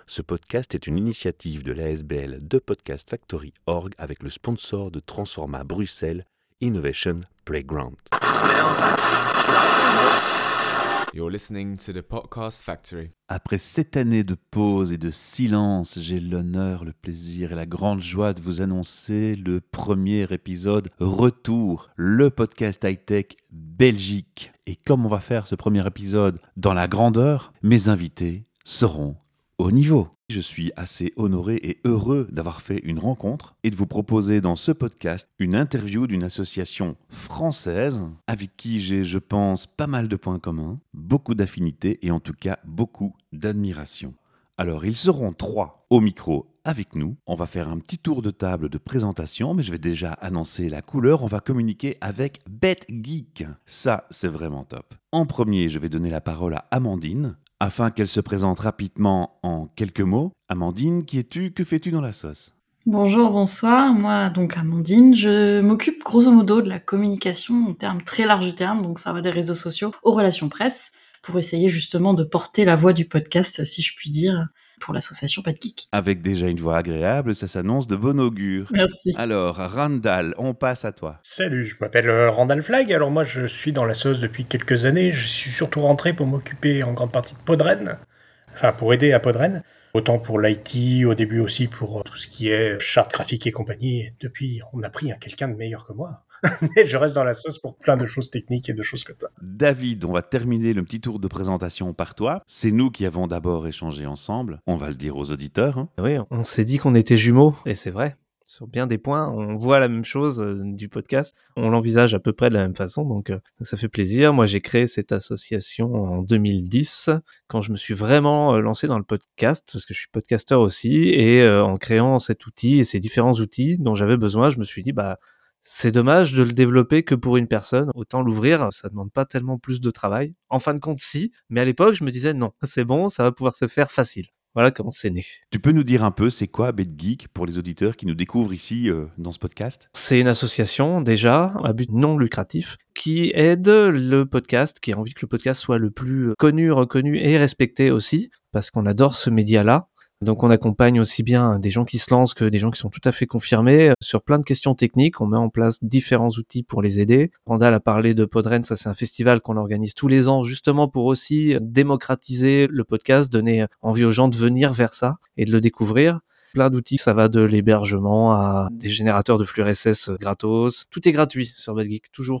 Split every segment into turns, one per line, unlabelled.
Ce podcast est une initiative de l'ASBL de Podcast Factory Org avec le sponsor de Transforma Bruxelles Innovation Playground.
You're listening to the Podcast Factory.
Après 7 années de pause et de silence, j'ai l'honneur, le plaisir et la grande joie de vous annoncer le premier épisode Retour, le podcast high-tech Belgique. Et comme on va faire ce premier épisode dans la grandeur, mes invités seront au niveau. Je suis assez honoré et heureux d'avoir fait une rencontre et de vous proposer dans ce podcast une interview d'une association française avec qui j'ai, je pense, pas mal de points communs, beaucoup d'affinités et en tout cas beaucoup d'admiration. Alors, ils seront 3 au micro avec nous. On va faire un petit tour de table de présentation, mais je vais déjà annoncer la couleur. On va communiquer avec BetGeek. Ça, c'est vraiment top. En premier, je vais donner la parole à Amandine, afin qu'elle se présente rapidement en quelques mots. Amandine, qui es-tu? Que fais-tu dans la sauce?
Bonjour, bonsoir. Moi, donc Amandine, je m'occupe grosso modo de la communication en termes très larges du terme, donc ça va des réseaux sociaux aux relations presse, pour essayer justement de porter la voix du podcast, si je puis dire, pour l'association BetGeek.
Avec déjà une voix agréable, ça s'annonce de bon augure.
Merci.
Alors, Randall, on passe à toi.
Salut, je m'appelle Randall Flag. Alors moi, je suis dans la sauce depuis quelques années. Je suis surtout rentré pour m'occuper en grande partie de Podren, enfin pour aider à Podren. Autant pour l'IT, au début aussi pour tout ce qui est charte graphique et compagnie. Et depuis, on a pris quelqu'un de meilleur que moi. Mais je reste dans la sauce pour plein de choses techniques et de choses comme ça.
David, on va terminer le petit tour de présentation par toi. C'est nous qui avons d'abord échangé ensemble. On va le dire aux auditeurs.
Oui, on s'est dit qu'on était jumeaux, et c'est vrai. Sur bien des points, on voit la même chose du podcast. On l'envisage à peu près de la même façon, donc ça fait plaisir. Moi, j'ai créé cette association en 2010, quand je me suis vraiment lancé dans le podcast, parce que je suis podcasteur aussi, et en créant cet outil et ces différents outils dont j'avais besoin, je me suis dit, c'est dommage de le développer que pour une personne, autant l'ouvrir, ça demande pas tellement plus de travail. En fin de compte, si, mais à l'époque, je me disais non, c'est bon, ça va pouvoir se faire facile. Voilà comment c'est né.
Tu peux nous dire un peu c'est quoi BetGeek pour les auditeurs qui nous découvrent ici dans ce podcast?
C'est une association déjà à but non lucratif qui aide le podcast, qui a envie que le podcast soit le plus connu, reconnu et respecté aussi, parce qu'on adore ce média-là. Donc on accompagne aussi bien des gens qui se lancent que des gens qui sont tout à fait confirmés sur plein de questions techniques. On met en place différents outils pour les aider. Randall a parlé de Podren, ça c'est un festival qu'on organise tous les ans justement pour aussi démocratiser le podcast, donner envie aux gens de venir vers ça et de le découvrir. Plein d'outils, ça va de l'hébergement à des générateurs de flux RSS gratos. Tout est gratuit sur BetGeek, toujours.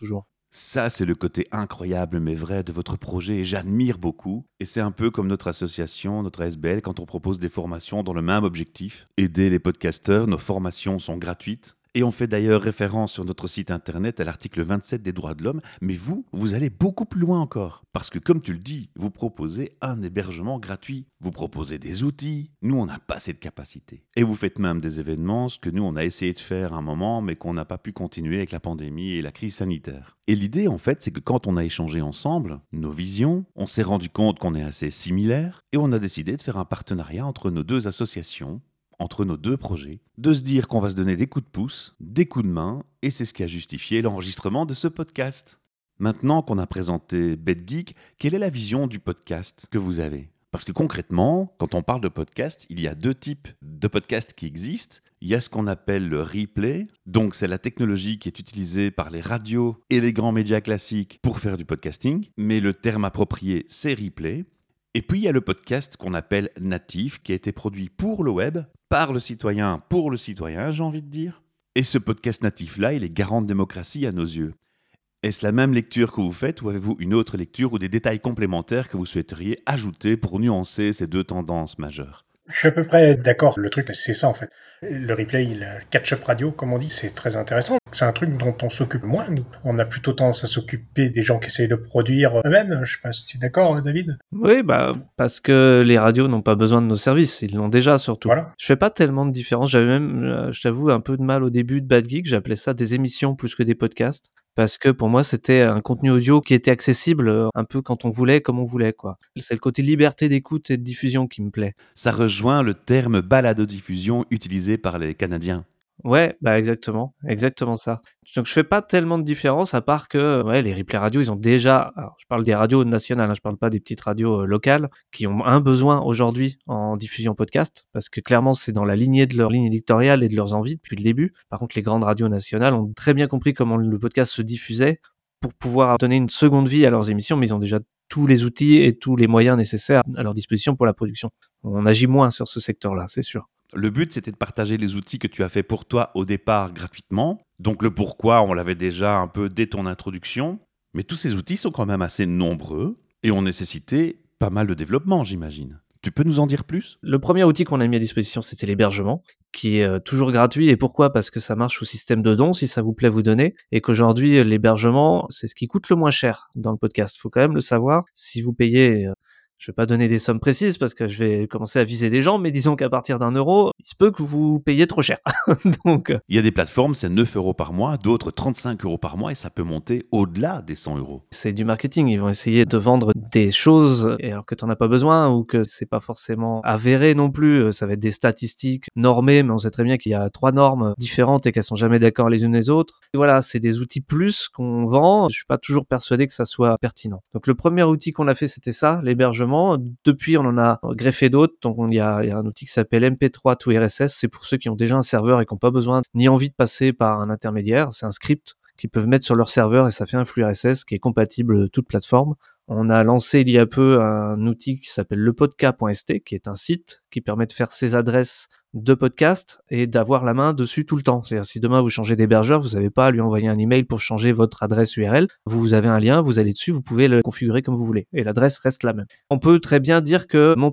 Ça, c'est le côté incroyable mais vrai de votre projet et j'admire beaucoup. Et c'est un peu comme notre association, notre ASBL, quand on propose des formations dans le même objectif. Aider les podcasteurs, nos formations sont gratuites. Et on fait d'ailleurs référence sur notre site internet à l'article 27 des droits de l'homme. Mais vous allez beaucoup plus loin encore. Parce que comme tu le dis, vous proposez un hébergement gratuit. Vous proposez des outils. Nous, on n'a pas cette capacité. Et vous faites même des événements, ce que nous, on a essayé de faire un moment, mais qu'on n'a pas pu continuer avec la pandémie et la crise sanitaire. Et l'idée, en fait, c'est que quand on a échangé ensemble, nos visions, on s'est rendu compte qu'on est assez similaires et on a décidé de faire un partenariat entre nos 2 associations, entre nos 2 projets, de se dire qu'on va se donner des coups de pouce, des coups de main, et c'est ce qui a justifié l'enregistrement de ce podcast. Maintenant qu'on a présenté BetGeek, quelle est la vision du podcast que vous avez? Parce que concrètement, quand on parle de podcast, il y a 2 types de podcasts qui existent. Il y a ce qu'on appelle le replay, donc c'est la technologie qui est utilisée par les radios et les grands médias classiques pour faire du podcasting, mais le terme approprié, c'est replay. Et puis il y a le podcast qu'on appelle natif, qui a été produit pour le web, par le citoyen, pour le citoyen, j'ai envie de dire. Et ce podcast natif-là, il est garant de démocratie à nos yeux. Est-ce la même lecture que vous faites ou avez-vous une autre lecture ou des détails complémentaires que vous souhaiteriez ajouter pour nuancer ces 2 tendances majeures?
Je suis à peu près d'accord. Le truc, c'est ça en fait. Le replay, le catch-up radio, comme on dit, c'est très intéressant. C'est un truc dont on s'occupe moins, nous. On a plutôt tendance à s'occuper des gens qui essayent de produire eux-mêmes. Je sais pas si tu es d'accord, David.
Oui, parce que les radios n'ont pas besoin de nos services, ils l'ont déjà surtout.
Voilà.
Je fais pas tellement de différence, j'avais même, je t'avoue, un peu de mal au début de Bad Geek, j'appelais ça des émissions plus que des podcasts, parce que pour moi c'était un contenu audio qui était accessible un peu quand on voulait, comme on voulait, quoi. C'est le côté liberté d'écoute et de diffusion qui me plaît.
Ça rejoint le terme balado-diffusion utilisé par les Canadiens.
Ouais, bah exactement ça. Donc je fais pas tellement de différence à part que les replays radio, ils ont déjà, alors je parle des radios nationales, hein, je parle pas des petites radios locales qui ont un besoin aujourd'hui en diffusion podcast parce que clairement c'est dans la lignée de leur ligne éditoriale et de leurs envies depuis le début. Par contre, les grandes radios nationales ont très bien compris comment le podcast se diffusait pour pouvoir donner une seconde vie à leurs émissions, mais ils ont déjà tous les outils et tous les moyens nécessaires à leur disposition pour la production. On agit moins sur ce secteur-là, c'est sûr.
Le but, c'était de partager les outils que tu as fait pour toi au départ gratuitement. Donc le pourquoi, on l'avait déjà un peu dès ton introduction. Mais tous ces outils sont quand même assez nombreux et ont nécessité pas mal de développement, j'imagine. Tu peux nous en dire plus ?
Le premier outil qu'on a mis à disposition, c'était l'hébergement, qui est toujours gratuit. Et pourquoi ? Parce que ça marche sous système de dons, si ça vous plaît, vous donnez. Et qu'aujourd'hui, l'hébergement, c'est ce qui coûte le moins cher dans le podcast. Il faut quand même le savoir. Si vous payez... je vais pas donner des sommes précises parce que je vais commencer à viser des gens, mais disons qu'à partir d'€1, il se peut que vous payiez trop cher. Donc,
il y a des plateformes, c'est 9 € par mois, d'autres 35 € par mois et ça peut monter au-delà des 100 €.
c'est du marketing. Ils vont essayer de vendre des choses et alors que t'en as pas besoin ou que c'est pas forcément avéré non plus. Ça va être des statistiques normées, mais on sait très bien qu'il y a 3 normes différentes et qu'elles sont jamais d'accord les unes les autres. Et voilà, c'est des outils plus qu'on vend. Je suis pas toujours persuadé que ça soit pertinent. Donc le premier outil qu'on a fait, c'était ça, l'hébergement. Depuis, on en a greffé d'autres. Donc, il y a un outil qui s'appelle MP3 to RSS. C'est pour ceux qui ont déjà un serveur et qui n'ont pas besoin ni envie de passer par un intermédiaire. C'est un script qu'ils peuvent mettre sur leur serveur et ça fait un flux RSS qui est compatible toute plateforme. On a lancé il y a peu un outil qui s'appelle lepodcast.st, qui est un site qui permet de faire ses adresses de podcast et d'avoir la main dessus tout le temps. C'est-à-dire si demain vous changez d'hébergeur, vous n'avez pas à lui envoyer un email pour changer votre adresse URL. Vous avez un lien, vous allez dessus, vous pouvez le configurer comme vous voulez et l'adresse reste la même. On peut très bien dire que mon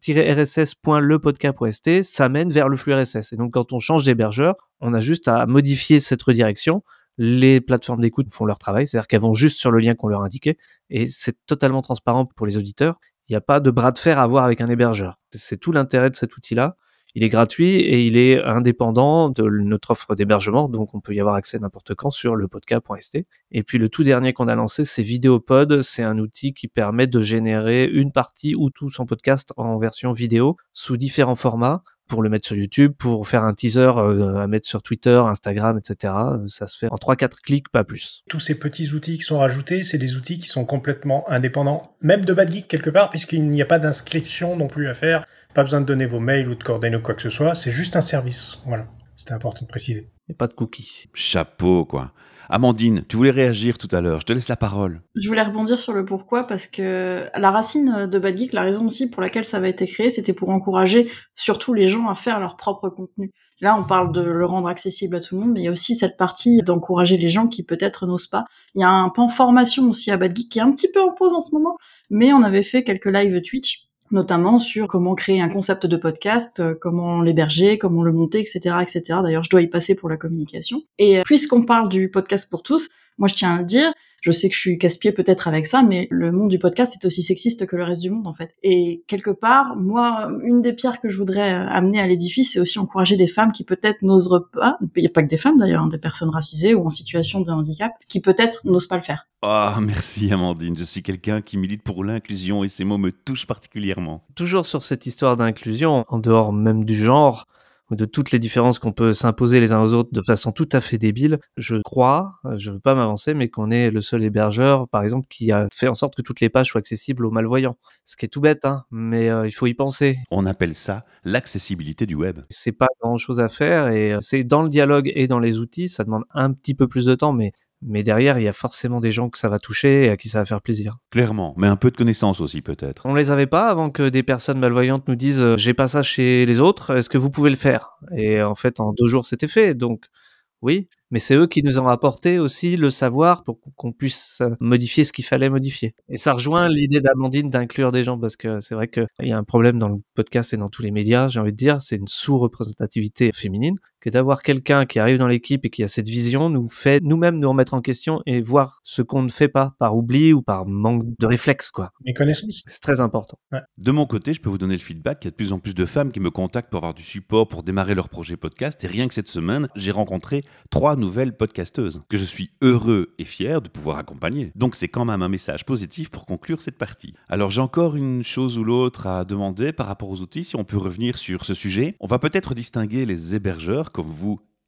podcast-rss.lepodcast.st, ça mène vers le flux RSS. Et donc quand on change d'hébergeur, on a juste à modifier cette redirection. Les plateformes d'écoute font leur travail, c'est-à-dire qu'elles vont juste sur le lien qu'on leur indiquait et c'est totalement transparent pour les auditeurs. Il n'y a pas de bras de fer à avoir avec un hébergeur. C'est tout l'intérêt de cet outil-là. Il est gratuit et il est indépendant de notre offre d'hébergement, donc on peut y avoir accès n'importe quand sur lepodcast.st. Et puis le tout dernier qu'on a lancé, c'est Vidéopod. C'est un outil qui permet de générer une partie ou tout son podcast en version vidéo sous différents formats pour le mettre sur YouTube, pour faire un teaser à mettre sur Twitter, Instagram, etc. Ça se fait en 3-4 clics, pas plus.
Tous ces petits outils qui sont rajoutés, c'est des outils qui sont complètement indépendants, même de Bad Geek quelque part, puisqu'il n'y a pas d'inscription non plus à faire, pas besoin de donner vos mails ou de coordonnées ou quoi que ce soit, c'est juste un service. Voilà, c'était important de préciser.
Et pas de cookies.
Chapeau, quoi. Amandine, tu voulais réagir tout à l'heure, je te laisse la parole.
Je voulais rebondir sur le pourquoi parce que la racine de Bad Geek, la raison aussi pour laquelle ça avait été créé, c'était pour encourager surtout les gens à faire leur propre contenu. Là, on parle de le rendre accessible à tout le monde, mais il y a aussi cette partie d'encourager les gens qui peut-être n'osent pas. Il y a un pan formation aussi à Bad Geek qui est un petit peu en pause en ce moment, mais on avait fait quelques lives Twitch, notamment sur comment créer un concept de podcast, comment l'héberger, comment le monter, etc., etc. D'ailleurs, je dois y passer pour la communication. Et puisqu'on parle du podcast pour tous, moi, je tiens à le dire, je sais que je suis casse-pied peut-être avec ça, mais le monde du podcast est aussi sexiste que le reste du monde, en fait. Et quelque part, moi, une des pierres que je voudrais amener à l'édifice, c'est aussi encourager des femmes qui peut-être n'oseraient pas, il n'y a pas que des femmes d'ailleurs, hein, des personnes racisées ou en situation de handicap, qui peut-être n'osent pas le faire.
Ah, merci Amandine, je suis quelqu'un qui milite pour l'inclusion et ces mots me touchent particulièrement.
Toujours sur cette histoire d'inclusion, en dehors même du genre, ou de toutes les différences qu'on peut s'imposer les uns aux autres de façon tout à fait débile, je crois, je veux pas m'avancer, mais qu'on est le seul hébergeur, par exemple, qui a fait en sorte que toutes les pages soient accessibles aux malvoyants. Ce qui est tout bête, hein, mais il faut y penser.
On appelle ça l'accessibilité du web.
C'est pas grand chose à faire et c'est dans le dialogue et dans les outils, ça demande un petit peu plus de temps, mais derrière, il y a forcément des gens que ça va toucher et à qui ça va faire plaisir.
Clairement, mais un peu de connaissance aussi peut-être.
On les avait pas avant que des personnes malvoyantes nous disent « j'ai pas ça chez les autres, est-ce que vous pouvez le faire ?» Et en fait, en 2 jours, c'était fait, donc oui. Mais c'est eux qui nous ont apporté aussi le savoir pour qu'on puisse modifier ce qu'il fallait modifier. Et ça rejoint l'idée d'Amandine d'inclure des gens, parce que c'est vrai qu'il y a un problème dans le podcast et dans tous les médias, j'ai envie de dire, c'est une sous-représentativité féminine, que d'avoir quelqu'un qui arrive dans l'équipe et qui a cette vision nous fait nous-mêmes nous remettre en question et voir ce qu'on ne fait pas par oubli ou par manque de réflexe, quoi.
Mes connaissances.
C'est très important.
Ouais.
De mon côté, je peux vous donner le feedback qu'il y a de plus en plus de femmes qui me contactent pour avoir du support, pour démarrer leur projet podcast. Et rien que cette semaine, j'ai rencontré 3 nouvelles podcasteuses que je suis heureux et fier de pouvoir accompagner. Donc c'est quand même un message positif pour conclure cette partie. Alors j'ai encore une chose ou l'autre à demander par rapport aux outils, si on peut revenir sur ce sujet. On va peut-être distinguer les hébergeurs comme vous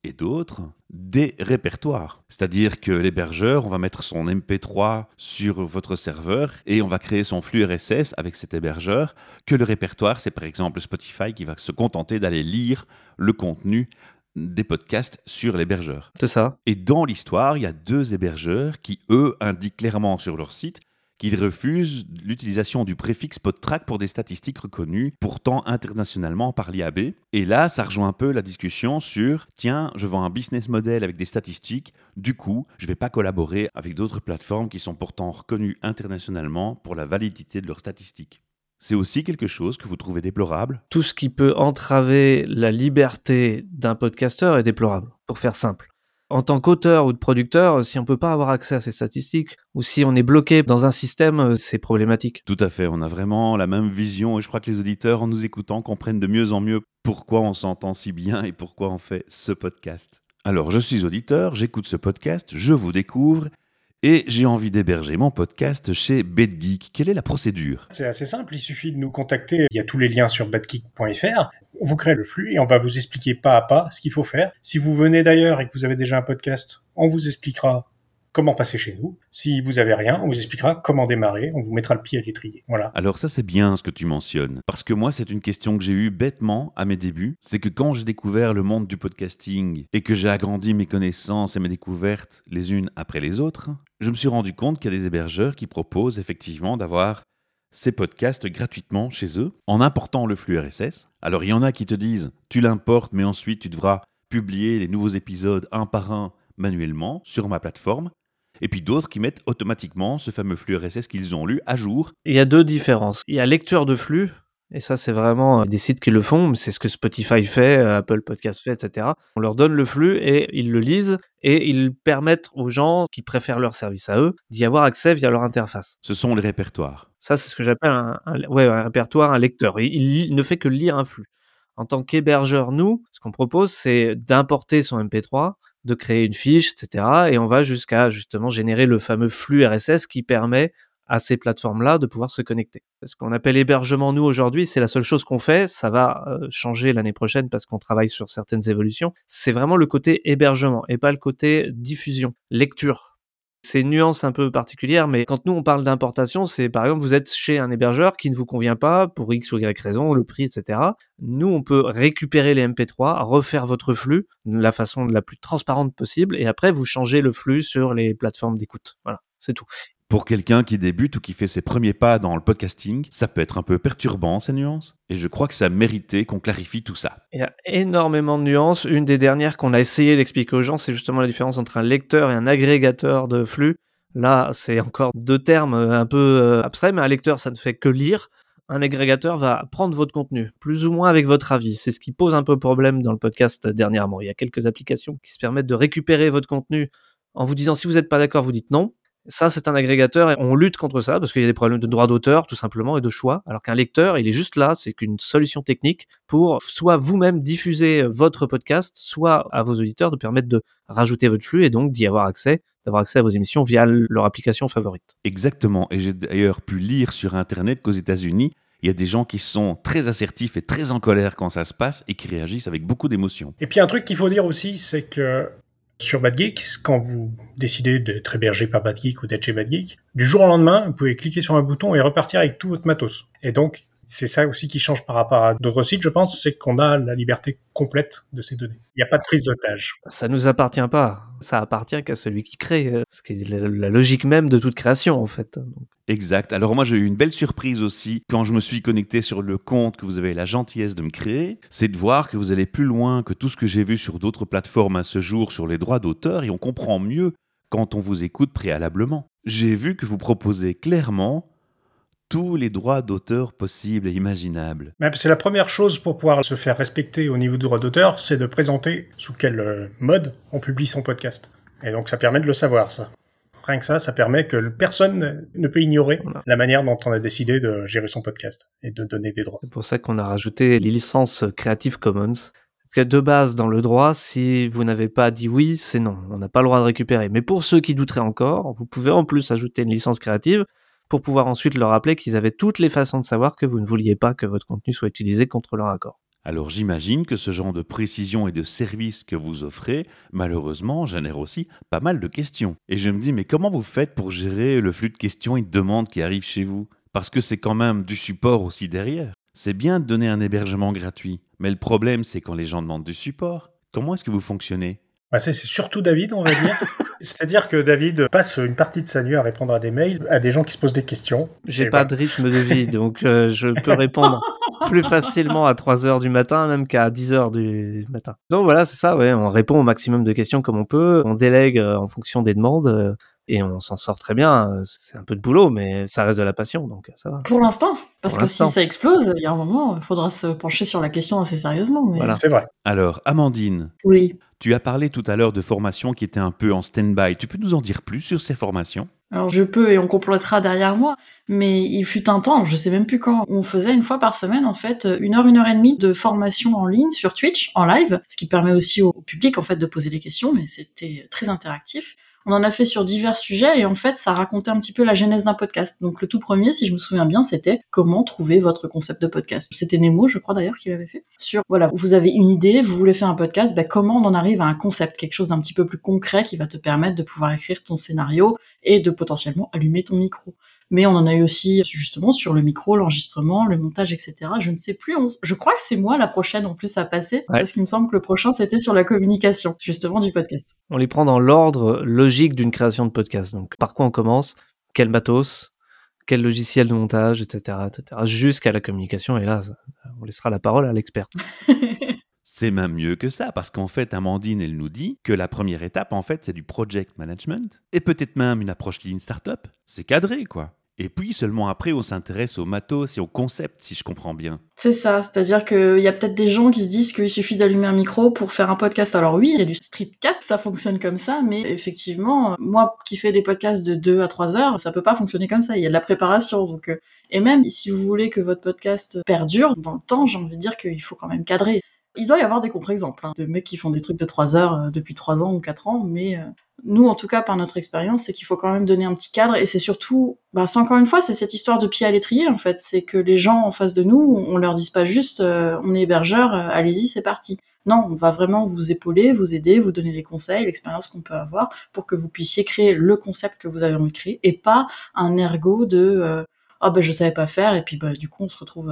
et d'autres des répertoires. C'est-à-dire que l'hébergeur, on va mettre son MP3 sur votre serveur et on va créer son flux RSS avec cet hébergeur, que le répertoire, c'est par exemple Spotify qui va se contenter d'aller lire le contenu des podcasts sur l'hébergeur.
C'est ça.
Et dans l'histoire, il y a 2 hébergeurs qui, eux, indiquent clairement sur leur site qu'ils refusent l'utilisation du préfixe PodTrack pour des statistiques reconnues, pourtant internationalement par l'IAB. Et là, ça rejoint un peu la discussion sur « Tiens, je vends un business model avec des statistiques, du coup, je ne vais pas collaborer avec d'autres plateformes qui sont pourtant reconnues internationalement pour la validité de leurs statistiques. » C'est aussi quelque chose que vous trouvez déplorable ?
Tout ce qui peut entraver la liberté d'un podcasteur est déplorable, pour faire simple. En tant qu'auteur ou de producteur, si on peut pas avoir accès à ces statistiques, ou si on est bloqué dans un système, c'est problématique.
Tout à fait, on a vraiment la même vision et je crois que les auditeurs, en nous écoutant, comprennent de mieux en mieux pourquoi on s'entend si bien et pourquoi on fait ce podcast. Alors, je suis auditeur, j'écoute ce podcast, je vous découvre et j'ai envie d'héberger mon podcast chez BetGeek. Quelle est la procédure ?
C'est assez simple, il suffit de nous contacter. Il y a tous les liens sur badgeek.fr. On vous crée le flux et on va vous expliquer pas à pas ce qu'il faut faire. Si vous venez d'ailleurs et que vous avez déjà un podcast, on vous expliquera comment passer chez nous. Si vous avez rien, on vous expliquera comment démarrer. On vous mettra le pied à l'étrier. Voilà.
Alors ça, c'est bien ce que tu mentionnes. Parce que moi, c'est une question que j'ai eue bêtement à mes débuts. C'est que quand j'ai découvert le monde du podcasting et que j'ai agrandi mes connaissances et mes découvertes les unes après les autres, je me suis rendu compte qu'il y a des hébergeurs qui proposent effectivement d'avoir ces podcasts gratuitement chez eux en important le flux RSS. Alors il y en a qui te disent « tu l'importes mais ensuite tu devras publier les nouveaux épisodes un par un manuellement sur ma plateforme ». Et puis d'autres qui mettent automatiquement ce fameux flux RSS qu'ils ont lu à jour.
Il y a 2 différences. Il y a lecture de flux, et ça c'est vraiment des sites qui le font, mais c'est ce que Spotify fait, Apple Podcast fait, etc. On leur donne le flux et ils le lisent, et ils permettent aux gens qui préfèrent leur service à eux d'y avoir accès via leur interface.
Ce sont les répertoires.
Ça, c'est ce que j'appelle un répertoire, un lecteur. Il ne fait que lire un flux. En tant qu'hébergeur, nous, ce qu'on propose, c'est d'importer son MP3, de créer une fiche, etc. Et on va jusqu'à justement générer le fameux flux RSS qui permet à ces plateformes-là de pouvoir se connecter. Ce qu'on appelle hébergement, nous, aujourd'hui, c'est la seule chose qu'on fait. Ça va changer l'année prochaine parce qu'on travaille sur certaines évolutions. C'est vraiment le côté hébergement et pas le côté diffusion, lecture. C'est une nuance un peu particulière, mais quand nous on parle d'importation, c'est par exemple vous êtes chez un hébergeur qui ne vous convient pas pour X ou Y raison, le prix, etc. Nous on peut récupérer les MP3, refaire votre flux de la façon la plus transparente possible et après vous changez le flux sur les plateformes d'écoute. Voilà, c'est tout.
Pour quelqu'un qui débute ou qui fait ses premiers pas dans le podcasting, ça peut être un peu perturbant ces nuances. Et je crois que ça méritait qu'on clarifie tout ça.
Il y a énormément de nuances. Une des dernières qu'on a essayé d'expliquer aux gens, c'est justement la différence entre un lecteur et un agrégateur de flux. Là, c'est encore 2 termes un peu abstraits, mais un lecteur, ça ne fait que lire. Un agrégateur va prendre votre contenu, plus ou moins avec votre avis. C'est ce qui pose un peu problème dans le podcast dernièrement. Il y a quelques applications qui se permettent de récupérer votre contenu en vous disant si vous n'êtes pas d'accord, vous dites non. Ça, c'est un agrégateur et on lutte contre ça parce qu'il y a des problèmes de droit d'auteur, tout simplement, et de choix. Alors qu'un lecteur, il est juste là, c'est qu'une solution technique pour soit vous-même diffuser votre podcast, soit à vos auditeurs de permettre de rajouter votre flux et donc d'y avoir accès, d'avoir accès à vos émissions via leur application favorite.
Exactement. Et j'ai d'ailleurs pu lire sur Internet qu'aux États-Unis, il y a des gens qui sont très assertifs et très en colère quand ça se passe et qui réagissent avec beaucoup d'émotion.
Et puis un truc qu'il faut dire aussi, c'est que sur BadGeek, quand vous décidez d'être hébergé par BadGeek ou d'être chez BadGeek, du jour au lendemain, vous pouvez cliquer sur un bouton et repartir avec tout votre matos. Et donc, c'est ça aussi qui change par rapport à d'autres sites, je pense, c'est qu'on a la liberté complète de ces données. Il n'y a pas de prise d'otage.
Ça nous appartient pas. Ça appartient qu'à celui qui crée, ce qui est la logique même de toute création, en fait.
Exact. Alors moi, j'ai eu une belle surprise aussi quand je me suis connecté sur le compte que vous avez la gentillesse de me créer, c'est de voir que vous allez plus loin que tout ce que j'ai vu sur d'autres plateformes à ce jour sur les droits d'auteur et on comprend mieux quand on vous écoute préalablement. J'ai vu que vous proposez clairement tous les droits d'auteur possibles et imaginables.
C'est la première chose pour pouvoir se faire respecter au niveau du droit d'auteur, c'est de présenter sous quel mode on publie son podcast. Et donc ça permet de le savoir, ça. Rien que ça permet que personne ne peut ignorer la manière dont on a décidé de gérer son podcast et de donner des droits.
C'est pour ça qu'on a rajouté les licences Creative Commons. Parce que de base, dans le droit, si vous n'avez pas dit oui, c'est non. On n'a pas le droit de récupérer. Mais pour ceux qui douteraient encore, vous pouvez en plus ajouter une licence créative pour pouvoir ensuite leur rappeler qu'ils avaient toutes les façons de savoir que vous ne vouliez pas que votre contenu soit utilisé contre leur accord.
Alors j'imagine que ce genre de précision et de service que vous offrez, malheureusement, génère aussi pas mal de questions. Et je me dis, mais comment vous faites pour gérer le flux de questions et de demandes qui arrivent chez vous? Parce que c'est quand même du support aussi derrière. C'est bien de donner un hébergement gratuit, mais le problème c'est quand les gens demandent du support. Comment est-ce que vous fonctionnez?
Bah, c'est surtout David, on va dire. C'est-à-dire que David passe une partie de sa nuit à répondre à des mails, à des gens qui se posent des questions.
J'ai
Et
pas
voilà.
de rythme de vie, donc je peux répondre plus facilement à 3 heures du matin, même qu'à 10 heures du matin. Donc voilà, c'est ça, ouais, on répond au maximum de questions comme on peut, on délègue en fonction des demandes, et on s'en sort très bien. C'est un peu de boulot, mais ça reste de la passion, donc ça va.
Pour l'instant, parce
Pour
que si
l'instant.
ça explose, il y a un moment, il faudra se pencher sur la question assez sérieusement. Mais...
Voilà.
C'est vrai.
Alors, Amandine,
Oui.
tu as parlé tout à l'heure de formations qui étaient un peu en stand-by. Tu peux nous en dire plus sur ces formations?
Alors je peux et on complétera derrière moi, mais il fut un temps, je sais même plus quand, on faisait une fois par semaine en fait 1 heure et demie de formation en ligne sur Twitch, en live, ce qui permet aussi au public en fait de poser des questions, mais c'était très interactif. On en a fait sur divers sujets et en fait ça racontait un petit peu la genèse d'un podcast. Donc le tout premier, si je me souviens bien, c'était comment trouver votre concept de podcast. C'était Nemo, je crois d'ailleurs, qui l'avait fait. Sur voilà, vous avez une idée, vous voulez faire un podcast, comment on en arrive à un concept, quelque chose d'un petit peu plus concret qui va te permettre de pouvoir écrire ton scénario et de potentiellement allumer ton micro. Mais on en a eu aussi justement sur le micro, l'enregistrement, le montage, etc. Je ne sais plus, je crois que c'est moi la prochaine en plus à passer,
Ouais.
parce qu'il me semble que le prochain c'était sur la communication, justement du podcast.
On les prend dans l'ordre logique d'une création de podcast. Donc, par quoi on commence? Quel matos? Quel logiciel de montage, etc., jusqu'à la communication. Et là, on laissera la parole à l'expert.
C'est même mieux que ça, parce qu'en fait, Amandine, elle nous dit que la première étape, en fait, c'est du project management, et peut-être même une approche lean startup. C'est cadré, quoi. Et puis seulement après, on s'intéresse au matos et au concept, si je comprends bien.
C'est ça, c'est-à-dire qu'il y a peut-être des gens qui se disent qu'il suffit d'allumer un micro pour faire un podcast. Alors oui, il y a du streetcast, ça fonctionne comme ça, mais effectivement, moi qui fais des podcasts de 2 à 3 heures, ça peut pas fonctionner comme ça, il y a de la préparation. Donc, et même si vous voulez que votre podcast perdure dans le temps, j'ai envie de dire qu'il faut quand même cadrer. Il doit y avoir des contre-exemples, de mecs qui font des trucs de 3 heures depuis 3 ans ou 4 ans, mais nous, en tout cas, par notre expérience, c'est qu'il faut quand même donner un petit cadre, et c'est surtout, c'est encore une fois, c'est cette histoire de pied à l'étrier, en fait, c'est que les gens en face de nous, on leur dise pas juste, on est hébergeur, allez-y, c'est parti. Non, on va vraiment vous épauler, vous aider, vous donner les conseils, l'expérience qu'on peut avoir, pour que vous puissiez créer le concept que vous avez envie de créer, et pas un ergot de, je savais pas faire, et puis du coup, on se retrouve...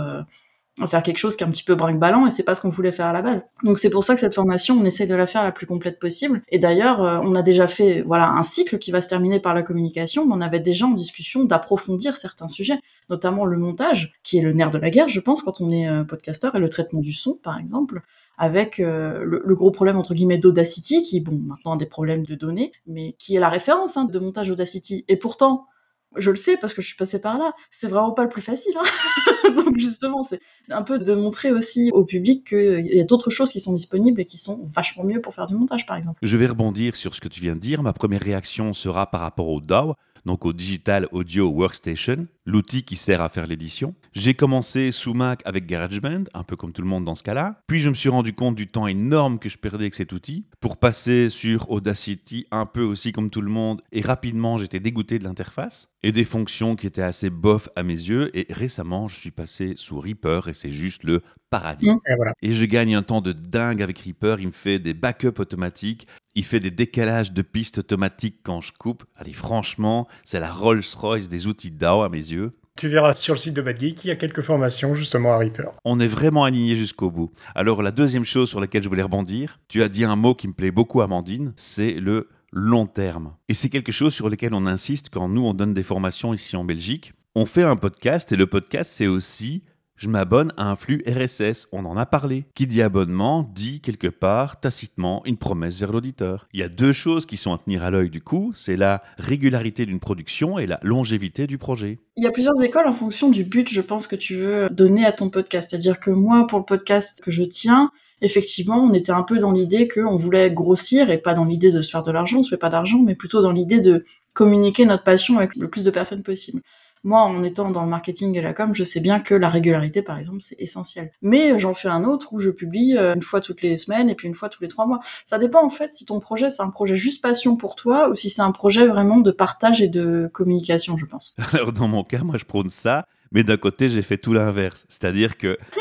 à faire quelque chose qui est un petit peu brinque-ballant, et c'est pas ce qu'on voulait faire à la base. Donc c'est pour ça que cette formation, on essaie de la faire la plus complète possible. Et d'ailleurs, on a déjà fait un cycle qui va se terminer par la communication, mais on avait déjà en discussion d'approfondir certains sujets, notamment le montage, qui est le nerf de la guerre, je pense, quand on est podcasteur, et le traitement du son, par exemple, avec le gros problème, entre guillemets, d'Audacity, qui, maintenant a des problèmes de données, mais qui est la référence de montage Audacity. Et pourtant, je le sais parce que je suis passée par là, c'est vraiment pas le plus facile. Donc justement, c'est un peu de montrer aussi au public qu'il y a d'autres choses qui sont disponibles et qui sont vachement mieux pour faire du montage, par exemple.
Je vais rebondir sur ce que tu viens de dire. Ma première réaction sera par rapport au DAW, donc au Digital Audio Workstation, l'outil qui sert à faire l'édition. J'ai commencé sous Mac avec GarageBand, un peu comme tout le monde dans ce cas-là. Puis je me suis rendu compte du temps énorme que je perdais avec cet outil, pour passer sur Audacity, un peu aussi comme tout le monde, et rapidement j'étais dégoûté de l'interface, et des fonctions qui étaient assez bof à mes yeux, et récemment je suis passé sous Reaper, et c'est juste le paradis.
Et voilà.
Et je gagne un temps de dingue avec Reaper, il me fait des backups automatiques, il fait des décalages de pistes automatiques quand je coupe. Allez, franchement, c'est la Rolls-Royce des outils DAW à mes yeux.
Tu verras sur le site de Bad Geek qu'il y a quelques formations justement à Reaper.
On est vraiment aligné jusqu'au bout. Alors la deuxième chose sur laquelle je voulais rebondir, tu as dit un mot qui me plaît beaucoup, Amandine, c'est le long terme. Et c'est quelque chose sur lequel on insiste quand nous on donne des formations ici en Belgique. On fait un podcast, et le podcast c'est aussi... je m'abonne à un flux RSS, on en a parlé. Qui dit abonnement dit quelque part tacitement une promesse vers l'auditeur. Il y a deux choses qui sont à tenir à l'œil du coup, c'est la régularité d'une production et la longévité du projet.
Il y a plusieurs écoles en fonction du but, je pense, que tu veux donner à ton podcast. C'est-à-dire que moi, pour le podcast que je tiens, effectivement, on était un peu dans l'idée qu'on voulait grossir, et pas dans l'idée de se faire de l'argent, on se fait pas d'argent, mais plutôt dans l'idée de communiquer notre passion avec le plus de personnes possible. Moi, en étant dans le marketing et la com, je sais bien que la régularité, par exemple, c'est essentiel. Mais j'en fais un autre où je publie une fois toutes les semaines et puis une fois tous les 3 mois. Ça dépend, en fait, si ton projet, c'est un projet juste passion pour toi ou si c'est un projet vraiment de partage et de communication, je pense.
Alors dans mon cas, moi je prône ça, mais d'un côté j'ai fait tout l'inverse. C'est-à-dire que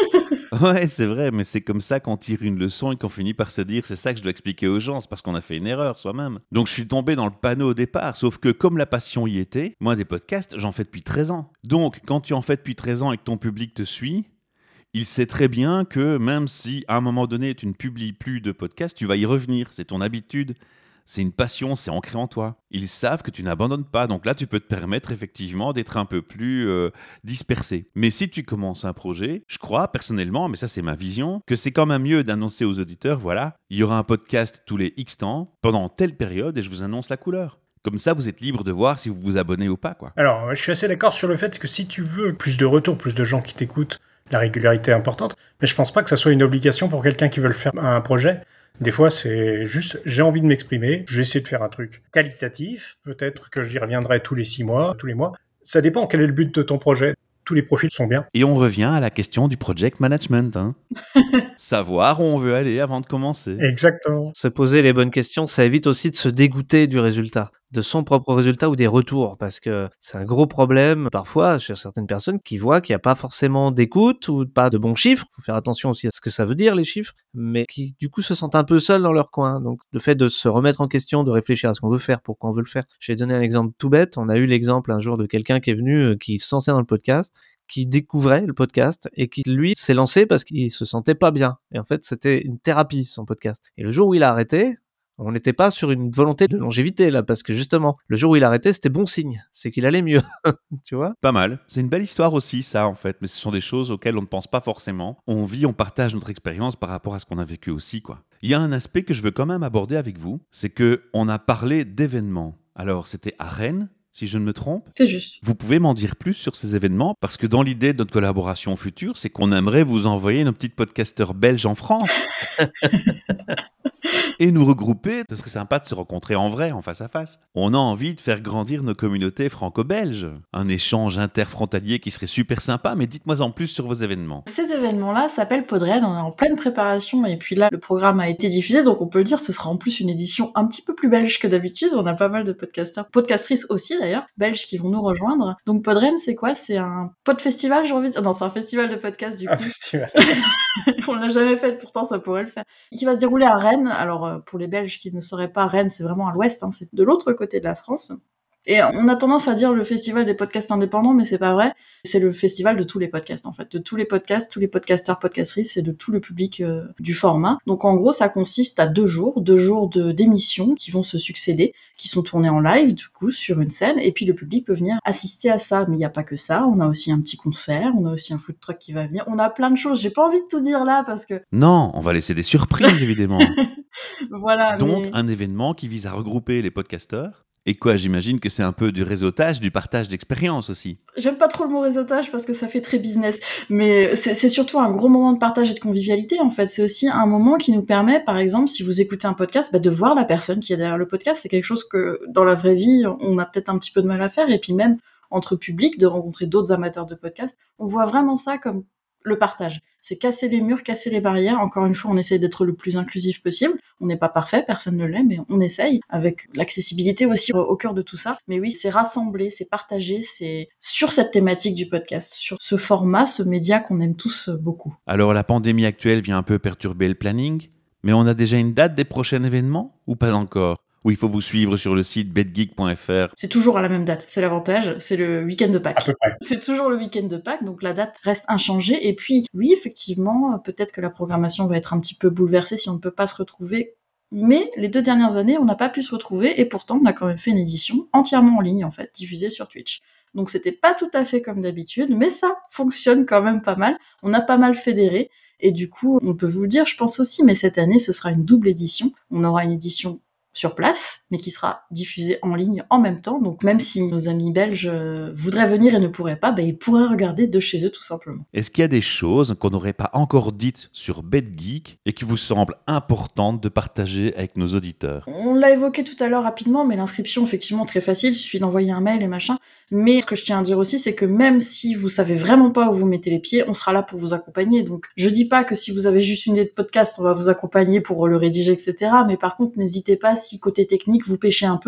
Ouais, c'est vrai, mais c'est comme ça qu'on tire une leçon et qu'on finit par se dire c'est ça que je dois expliquer aux gens, c'est parce qu'on a fait une erreur soi-même. Donc je suis tombé dans le panneau au départ, sauf que comme la passion y était, moi des podcasts, j'en fais depuis 13 ans. Donc quand tu en fais depuis 13 ans et que ton public te suit, il sait très bien que même si à un moment donné tu ne publies plus de podcasts, tu vas y revenir, c'est ton habitude. C'est une passion, c'est ancré en toi. Ils savent que tu n'abandonnes pas. Donc là, tu peux te permettre effectivement d'être un peu plus dispersé. Mais si tu commences un projet, je crois personnellement, mais ça c'est ma vision, que c'est quand même mieux d'annoncer aux auditeurs, voilà, il y aura un podcast tous les X temps, pendant telle période, et je vous annonce la couleur. Comme ça, vous êtes libre de voir si vous vous abonnez ou pas, quoi.
Alors, je suis assez d'accord sur le fait que si tu veux plus de retours, plus de gens qui t'écoutent, la régularité est importante, mais je pense pas que ça soit une obligation pour quelqu'un qui veut le faire un projet. Des fois, c'est juste, j'ai envie de m'exprimer, je vais essayer de faire un truc qualitatif, peut-être que j'y reviendrai tous les 6 mois, tous les mois. Ça dépend quel est le but de ton projet. Tous les profils sont bien.
Et on revient à la question du project management, hein. Savoir où on veut aller avant de commencer.
Exactement.
Se poser les bonnes questions, ça évite aussi de se dégoûter du résultat, de son propre résultat ou des retours, parce que c'est un gros problème parfois chez certaines personnes qui voient qu'il n'y a pas forcément d'écoute ou pas de bons chiffres. Il faut faire attention aussi à ce que ça veut dire les chiffres, mais qui du coup se sentent un peu seuls dans leur coin. Donc le fait de se remettre en question, de réfléchir à ce qu'on veut faire, pourquoi on veut le faire. Je vais donner un exemple tout bête. On a eu l'exemple un jour de quelqu'un qui est venu, qui se lançait dans le podcast, qui découvrait le podcast et qui, lui, s'est lancé parce qu'il se sentait pas bien. Et en fait, c'était une thérapie, son podcast. Et le jour où il a arrêté, on n'était pas sur une volonté de longévité, là, parce que justement, le jour où il a arrêté, c'était bon signe. C'est qu'il allait mieux. Tu vois?
Pas mal. C'est une belle histoire aussi, ça, en fait. Mais ce sont des choses auxquelles on ne pense pas forcément. On vit, on partage notre expérience par rapport à ce qu'on a vécu aussi, quoi. Il y a un aspect que je veux quand même aborder avec vous, c'est que on a parlé d'événements. Alors, c'était à Rennes, si je ne me trompe.
C'est juste.
Vous pouvez m'en dire plus sur ces événements? Parce que dans l'idée de notre collaboration future, c'est qu'on aimerait vous envoyer nos petits podcasteurs belges en France. Et nous regrouper, ce serait sympa de se rencontrer en vrai, en face à face. On a envie de faire grandir nos communautés franco-belges. Un échange interfrontalier qui serait super sympa, mais dites-moi en plus sur vos événements.
Cet événement-là s'appelle Podred, on est en pleine préparation et puis là le programme a été diffusé donc on peut le dire ce sera en plus une édition un petit peu plus belge que d'habitude, on a pas mal de podcasteurs, podcastrices aussi d'ailleurs, belges qui vont nous rejoindre. Donc Podred c'est quoi? C'est un pod festival j'ai envie de dire, non c'est un festival de podcast du coup.
Un festival.
On l'a jamais fait, pourtant ça pourrait le faire. Qui va se dérouler à Rennes. Alors pour les Belges qui ne sauraient pas, Rennes c'est vraiment à l'ouest, hein, c'est de l'autre côté de la France. Et on a tendance à dire le festival des podcasts indépendants, mais c'est pas vrai. C'est le festival de tous les podcasts, en fait. De tous les podcasts, tous les podcasteurs, podcastrices et de tout le public du format. Donc en gros, ça consiste à 2 jours d'émissions qui vont se succéder, qui sont tournées en live, du coup, sur une scène, et puis le public peut venir assister à ça. Mais il n'y a pas que ça, on a aussi un petit concert, on a aussi un food truck qui va venir, on a plein de choses. J'ai pas envie de tout dire là, parce que...
Non, on va laisser des surprises, évidemment.
Voilà.
Donc,
mais...
un événement qui vise à regrouper les podcasteurs. Et quoi, j'imagine que c'est un peu du réseautage, du partage d'expérience aussi.
J'aime pas trop le mot réseautage parce que ça fait très business, mais c'est surtout un gros moment de partage et de convivialité en fait. C'est aussi un moment qui nous permet, par exemple, si vous écoutez un podcast, de voir la personne qui est derrière le podcast. C'est quelque chose que dans la vraie vie, on a peut-être un petit peu de mal à faire, et puis même entre public, de rencontrer d'autres amateurs de podcasts, on voit vraiment ça comme le partage. C'est casser les murs, casser les barrières. Encore une fois, on essaie d'être le plus inclusif possible. On n'est pas parfait, personne ne l'est, mais on essaye, avec l'accessibilité aussi au cœur de tout ça. Mais oui, c'est rassembler, c'est partager, c'est sur cette thématique du podcast, sur ce format, ce média qu'on aime tous beaucoup.
Alors, la pandémie actuelle vient un peu perturber le planning, mais on a déjà une date des prochains événements ou pas encore? Ou il faut vous suivre sur le site bedgeek.fr.
C'est toujours à la même date, c'est l'avantage, c'est le week-end de
À
Pâques.
peu près.
C'est toujours le week-end de Pâques, donc la date reste inchangée. Et puis, oui, effectivement, peut-être que la programmation va être un petit peu bouleversée si on ne peut pas se retrouver. Mais les 2 dernières années, on n'a pas pu se retrouver, et pourtant, on a quand même fait une édition entièrement en ligne, en fait, diffusée sur Twitch. Donc c'était pas tout à fait comme d'habitude, mais ça fonctionne quand même pas mal. On a pas mal fédéré, et du coup, on peut vous le dire, je pense aussi, mais cette année, ce sera une double édition. On aura une édition sur place, mais qui sera diffusée en ligne en même temps. Donc même si nos amis belges voudraient venir et ne pourraient pas, ils pourraient regarder de chez eux tout simplement.
Est-ce qu'il y a des choses qu'on n'aurait pas encore dites sur BedGeek et qui vous semblent importantes de partager avec nos auditeurs?
On l'a évoqué tout à l'heure rapidement, mais l'inscription, effectivement, très facile, il suffit d'envoyer un mail et machin. Mais ce que je tiens à dire aussi, c'est que même si vous savez vraiment pas où vous mettez les pieds, on sera là pour vous accompagner. Donc je dis pas que si vous avez juste une idée de podcast, on va vous accompagner pour le rédiger, etc. Mais par contre, n'hésitez pas, si côté technique vous pêchez un peu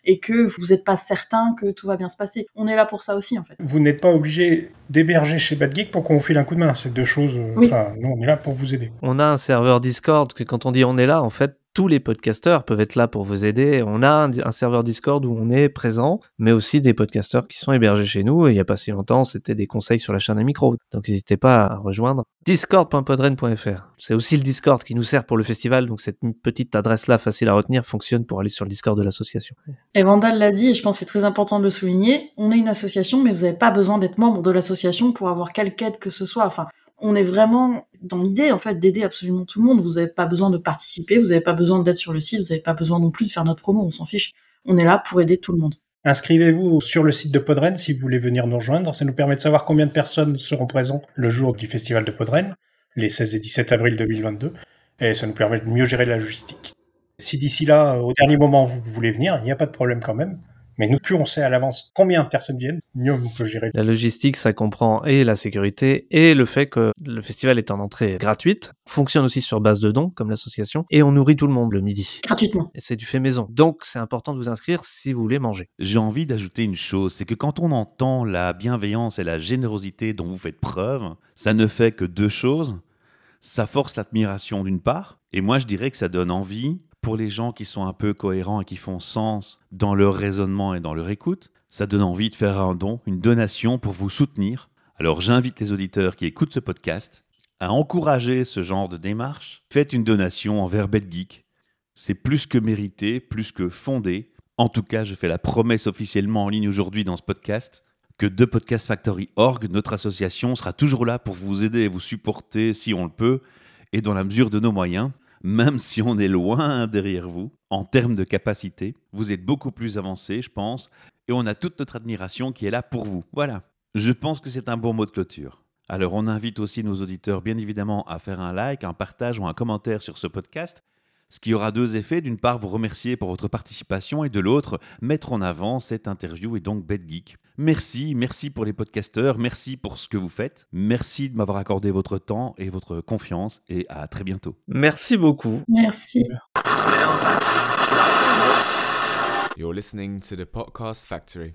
et que vous n'êtes pas certain que tout va bien se passer. On est là pour ça aussi, en fait.
Vous n'êtes pas obligé d'héberger chez Bad Geek pour qu'on vous file un coup de main. C'est deux choses.
Oui.
Enfin, nous, on est là pour vous aider.
On a un serveur Discord, que quand on dit on est là, en fait, tous les podcasteurs peuvent être là pour vous aider. On a un serveur Discord où on est présent, mais aussi des podcasteurs qui sont hébergés chez nous. Et il n'y a pas si longtemps, c'était des conseils sur la chaîne des micros. Donc n'hésitez pas à rejoindre discord.podren.fr. C'est aussi le Discord qui nous sert pour le festival, donc cette petite adresse-là facile à retenir fonctionne pour aller sur le Discord de l'association.
Et Vandal l'a dit, et je pense que c'est très important de le souligner, on est une association, mais vous n'avez pas besoin d'être membre de l'association pour avoir quelque aide que ce soit. Enfin, on est vraiment dans l'idée, en fait, d'aider absolument tout le monde. Vous n'avez pas besoin de participer, vous n'avez pas besoin d'être sur le site, vous n'avez pas besoin non plus de faire notre promo, on s'en fiche. On est là pour aider tout le monde.
Inscrivez-vous sur le site de Podren si vous voulez venir nous rejoindre. Ça nous permet de savoir combien de personnes seront présentes le jour du festival de Podren, les 16 et 17 avril 2022. Et ça nous permet de mieux gérer la logistique. Si d'ici là, au dernier moment, vous voulez venir, il n'y a pas de problème quand même. Mais nous, plus on sait à l'avance combien de personnes viennent, mieux on peut gérer.
La logistique, ça comprend et la sécurité et le fait que le festival est en entrée gratuite, fonctionne aussi sur base de dons, comme l'association, et on nourrit tout le monde le midi.
Gratuitement.
Et c'est du fait maison. Donc, c'est important de vous inscrire si vous voulez manger.
J'ai envie d'ajouter une chose, c'est que quand on entend la bienveillance et la générosité dont vous faites preuve, ça ne fait que deux choses. Ça force l'admiration d'une part, et moi je dirais que ça donne envie pour les gens qui sont un peu cohérents et qui font sens dans leur raisonnement et dans leur écoute. Ça donne envie de faire un don, une donation pour vous soutenir. Alors j'invite les auditeurs qui écoutent ce podcast à encourager ce genre de démarche. Faites une donation envers Bad Geek. C'est plus que mérité, plus que fondé. En tout cas, je fais la promesse officiellement en ligne aujourd'hui dans ce podcast que de Podcast Factory Org, notre association, sera toujours là pour vous aider et vous supporter si on le peut et dans la mesure de nos moyens, même si on est loin derrière vous. En termes de capacité, vous êtes beaucoup plus avancé, je pense, et on a toute notre admiration qui est là pour vous. Voilà, je pense que c'est un bon mot de clôture. Alors on invite aussi nos auditeurs, bien évidemment, à faire un like, un partage ou un commentaire sur ce podcast, ce qui aura deux effets. D'une part, vous remercier pour votre participation et de l'autre, mettre en avant cette interview et donc Bad Geek. Merci pour les podcasteurs, merci pour ce que vous faites, merci de m'avoir accordé votre temps et votre confiance et à très bientôt.
Merci beaucoup.
Merci.
You're listening to the Podcast Factory.